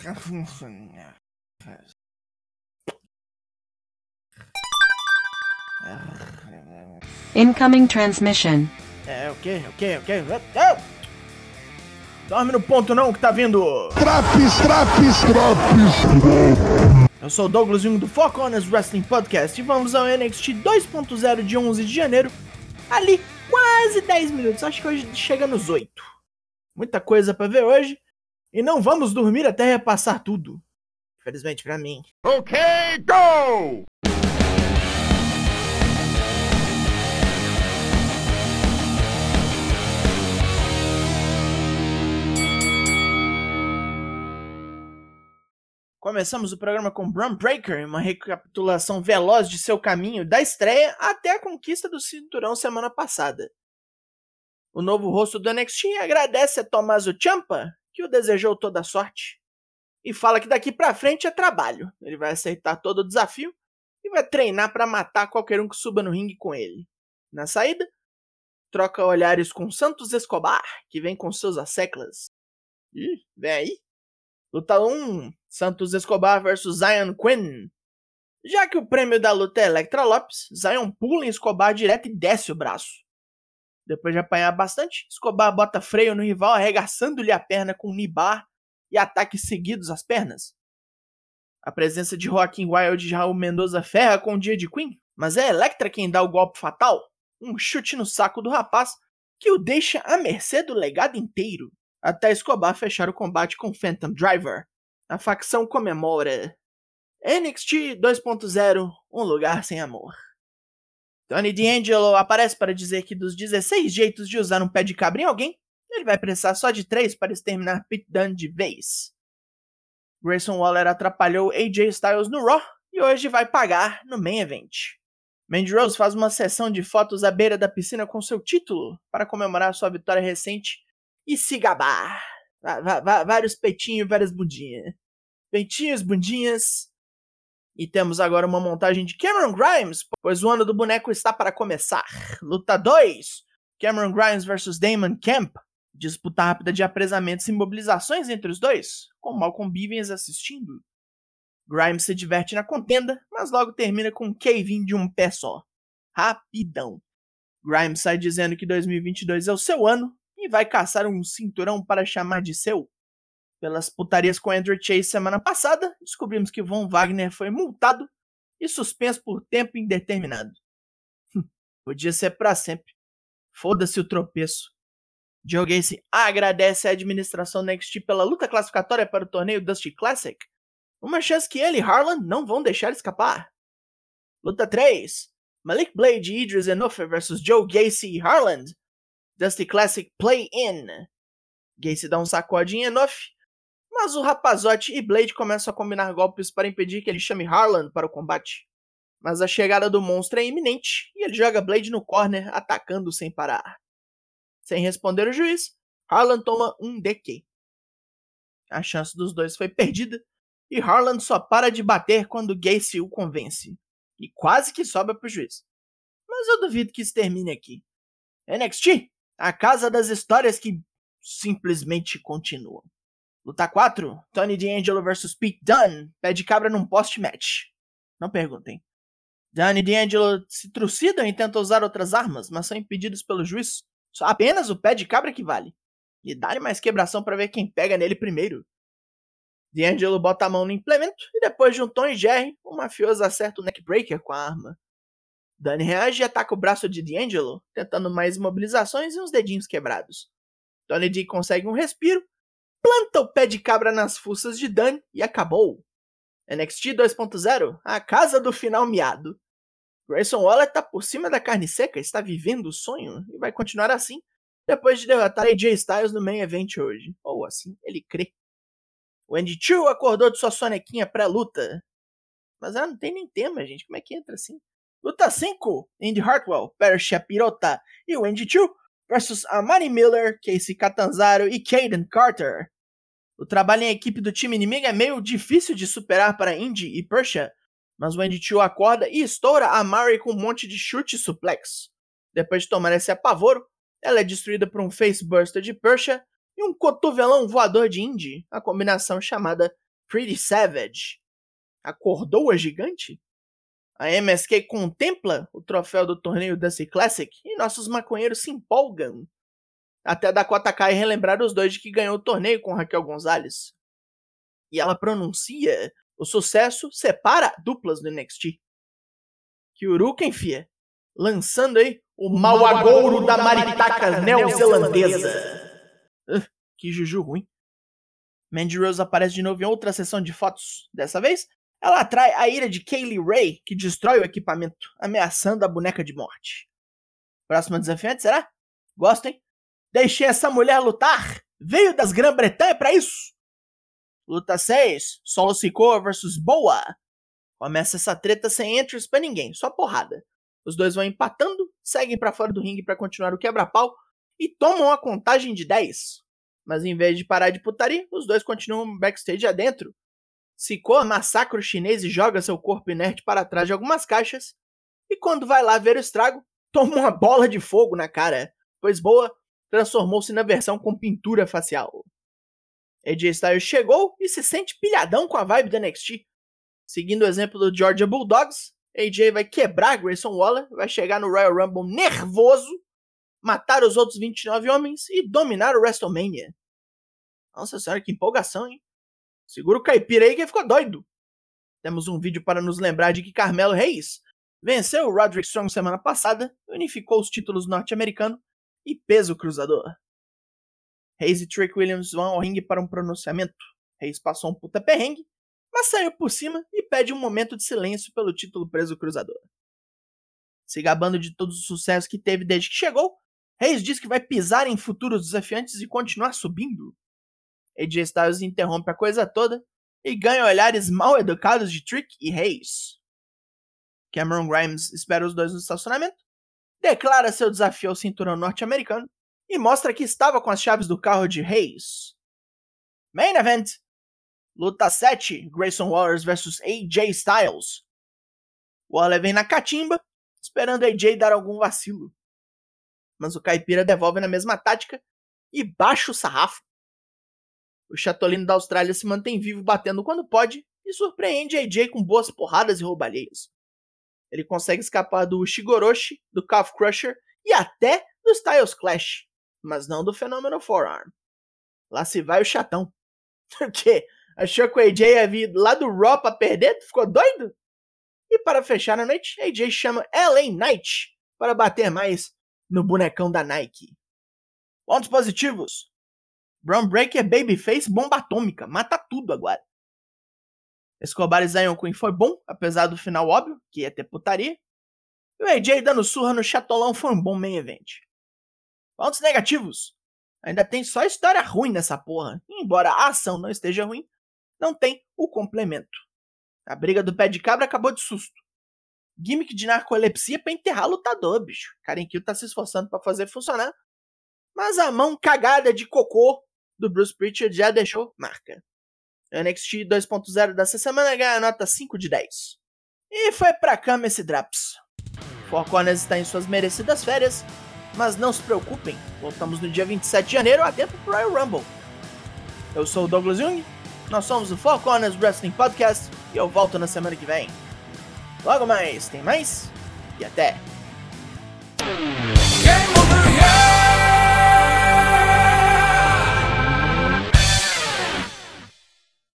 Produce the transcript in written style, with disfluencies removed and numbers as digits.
Incoming transmission. Ok. Dorme no ponto não que tá vindo. Traps. Eu sou o Douglas Jung do Four Corners Wrestling Podcast e vamos ao NXT 2.0 de 11 de janeiro. Ali, quase 10 minutos, acho que hoje chega nos 8. Muita coisa pra ver hoje e não vamos dormir até repassar tudo. Infelizmente pra mim. Ok, go! Começamos o programa com Bron Breakker, uma recapitulação veloz de seu caminho da estreia até a conquista do cinturão semana passada. O novo rosto do NXT agradece a Tommaso Ciampa, que o desejou toda a sorte, e fala que daqui pra frente é trabalho. Ele vai aceitar todo o desafio e vai treinar pra matar qualquer um que suba no ringue com ele. Na saída, troca olhares com Santos Escobar, que vem com seus asseclas. Ih, vem aí. Luta 1, Santos Escobar vs Zion Quinn. Já que o prêmio da luta é Elektra Lopes, Zion pula em Escobar direto e desce o braço. Depois de apanhar bastante, Escobar bota freio no rival, arregaçando-lhe a perna com knee bar e ataques seguidos às pernas. A presença de Joaquim Wilde e Raul Mendoza ferra com o dia de Quinn, mas é Elektra quem dá o golpe fatal, um chute no saco do rapaz que o deixa à mercê do legado inteiro, até Escobar fechar o combate com Phantom Driver. A facção comemora. NXT 2.0, um lugar sem amor. Tony D'Angelo aparece para dizer que dos 16 jeitos de usar um pé de cabra em alguém, ele vai precisar só de 3 para exterminar Pete Dunne de vez. Grayson Waller atrapalhou AJ Styles no Raw e hoje vai pagar no Main Event. Mandy Rose faz uma sessão de fotos à beira da piscina com seu título para comemorar sua vitória recente e se gabar. Vários peitinhos, várias bundinhas. Peitinhos, bundinhas. E temos agora uma montagem de Cameron Grimes, pois o ano do boneco está para começar. Luta 2. Cameron Grimes vs Damon Kemp. Disputa rápida de apresamentos e imobilizações entre os dois, com Malcolm Bivens assistindo. Grimes se diverte na contenda, mas logo termina com um cave-in de um pé só. Rapidão. Grimes sai dizendo que 2022 é o seu ano e vai caçar um cinturão para chamar de seu. Pelas putarias com Andrew Chase semana passada, descobrimos que Von Wagner foi multado e suspenso por tempo indeterminado. Podia ser pra sempre. Foda-se o tropeço. Joe Gacy agradece a administração NXT pela luta classificatória para o torneio Dusty Classic, uma chance que ele e Harlan não vão deixar escapar. Luta 3. Malik Blade e Idris Enofe vs Joe Gacy e Harlan. Dusty Classic Play-In. Gacy dá um sacode em Enofe, mas o rapazote e Blade começam a combinar golpes para impedir que ele chame Harlan para o combate. Mas a chegada do monstro é iminente e ele joga Blade no corner, atacando sem parar. Sem responder o juiz, Harlan toma um DQ. A chance dos dois foi perdida e Harlan só para de bater quando Gacy o convence. E quase que sobra pro juiz. Mas eu duvido que isso termine aqui. NXT, a casa das histórias que simplesmente continuam. Luta 4, Tony D'Angelo vs Pete Dunne, pé de cabra num post-match. Não perguntem. Dunne e D'Angelo se trucidam e tentam usar outras armas, mas são impedidos pelo juiz. Só apenas o pé de cabra que vale. E dá-lhe mais quebração para ver quem pega nele primeiro. D'Angelo bota a mão no implemento e depois de um Tom e Jerry, o mafioso acerta o neckbreaker com a arma. Dunne reage e ataca o braço de D'Angelo, tentando mais imobilizações e uns dedinhos quebrados. Tony D consegue um respiro, planta o pé de cabra nas fuças de Dunne e acabou. NXT 2.0, a casa do final miado. Grayson Waller tá por cima da carne seca, está vivendo o sonho e vai continuar assim depois de derrotar AJ Styles no Main Event hoje. Ou assim ele crê. O Andy Chu acordou de sua sonequinha pré-luta. Mas ela não tem nem tema, gente. Como é que entra assim? Luta 5. Indy Hartwell, Perisha Pirota e o Andy Chu versus Amani Miller, Casey Catanzaro e Caden Carter. O trabalho em equipe do time inimigo é meio difícil de superar para Indy e Perisha, mas o Andy Chu acorda e estoura a Mari com um monte de chute e suplex. Depois de tomar esse apavoro, ela é destruída por um facebuster de Perisha e um cotovelão voador de Indy, a combinação chamada Pretty Savage acordou a gigante? A MSK contempla o troféu do torneio Dusty Classic e nossos maconheiros se empolgam. Até Dakota Kai relembrar os dois de que ganhou o torneio com Raquel Gonzalez. E ela pronuncia: o sucesso separa duplas do NXT. Kyuruken, fia, lançando aí o mau agouro da maritaca neozelandesa. Que juju ruim. Mandy Rose aparece de novo em outra sessão de fotos. Dessa vez, ela atrai a ira de Kaylee Ray, que destrói o equipamento, ameaçando a boneca de morte. Próxima desafiante, será? Gostem? Deixei essa mulher lutar! Veio das Grã-Bretanha pra isso! Luta 6, Solo Sikoa vs Boa. Começa essa treta sem entries pra ninguém, só porrada. Os dois vão empatando, seguem pra fora do ringue pra continuar o quebra-pau e tomam a contagem de 10. Mas em vez de parar de putaria, os dois continuam backstage adentro. Sikoa massacra o chinês e joga seu corpo inerte para trás de algumas caixas. E quando vai lá ver o estrago, toma uma bola de fogo na cara, pois Boa transformou-se na versão com pintura facial. AJ Styles chegou e se sente pilhadão com a vibe do NXT. Seguindo o exemplo do Georgia Bulldogs, AJ vai quebrar Grayson Waller, vai chegar no Royal Rumble nervoso, matar os outros 29 homens e dominar o WrestleMania. Nossa senhora, que empolgação, hein? Segura o caipira aí que ficou doido. Temos um vídeo para nos lembrar de que Carmelo Hayes venceu o Roderick Strong semana passada, unificou os títulos norte-americano e peso cruzador. Hayes e Trick Williams vão ao ringue para um pronunciamento. Hayes passou um puta perrengue, mas saiu por cima e pede um momento de silêncio pelo título peso cruzador. Se gabando de todos os sucessos que teve desde que chegou, Hayes diz que vai pisar em futuros desafiantes e continuar subindo. AJ Styles interrompe a coisa toda e ganha olhares mal educados de Trick e Hayes. Cameron Grimes espera os dois no estacionamento, declara seu desafio ao cinturão norte-americano e mostra que estava com as chaves do carro de Hayes. Main Event. Luta 7, Grayson Waller vs AJ Styles. Waller vem na catimba, esperando AJ dar algum vacilo. Mas o caipira devolve na mesma tática e baixa o sarrafo. O chatolino da Austrália se mantém vivo batendo quando pode e surpreende AJ com boas porradas e roubalheiras. Ele consegue escapar do Ushigoroshi, do Calf Crusher e até do Styles Clash, mas não do Phenomenal Forearm. Lá se vai o chatão. Por quê? Achou que o AJ ia vir lá do Raw pra perder? Ficou doido? E para fechar a noite, AJ chama LA Knight para bater mais no bonecão da Nike. Pontos positivos. Bron Breakker Babyface bomba atômica, mata tudo agora. Escobar e Zion Queen foi bom, apesar do final óbvio, que ia ter putaria. E o AJ dando surra no chatolão foi um bom main event. Pontos negativos. Ainda tem só história ruim nessa porra. E embora a ação não esteja ruim, não tem o complemento. A briga do pé de cabra acabou de susto. Gimmick de narcolepsia pra enterrar lutador, bicho. Karen Kill tá se esforçando pra fazer funcionar. Mas a mão cagada de cocô do Bruce Pritchard já deixou marca. O NXT 2.0 dessa semana ganha nota 5 de 10. E foi pra cama esse Draps. Four Corners está em suas merecidas férias, mas não se preocupem, voltamos no dia 27 de janeiro a tempo pro Royal Rumble. Eu sou o Douglas Jung, nós somos o Four Corners Wrestling Podcast e eu volto na semana que vem. Logo mais, tem mais e até!